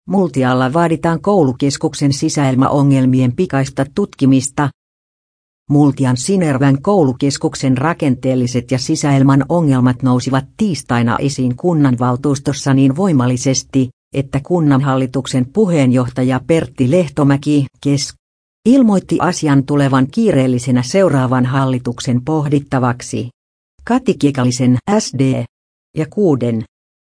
Multialla vaaditaan koulukeskuksen sisäilmaongelmien pikaista tutkimista. Multian Sinervän koulukeskuksen rakenteelliset ja sisäilman ongelmat nousivat tiistaina esiin kunnanvaltuustossa niin voimallisesti, että kunnanhallituksen puheenjohtaja Pertti Lehtomäki ilmoitti asian tulevan kiireellisenä seuraavan hallituksen pohdittavaksi. Kati Kiekalisen SD ja 6.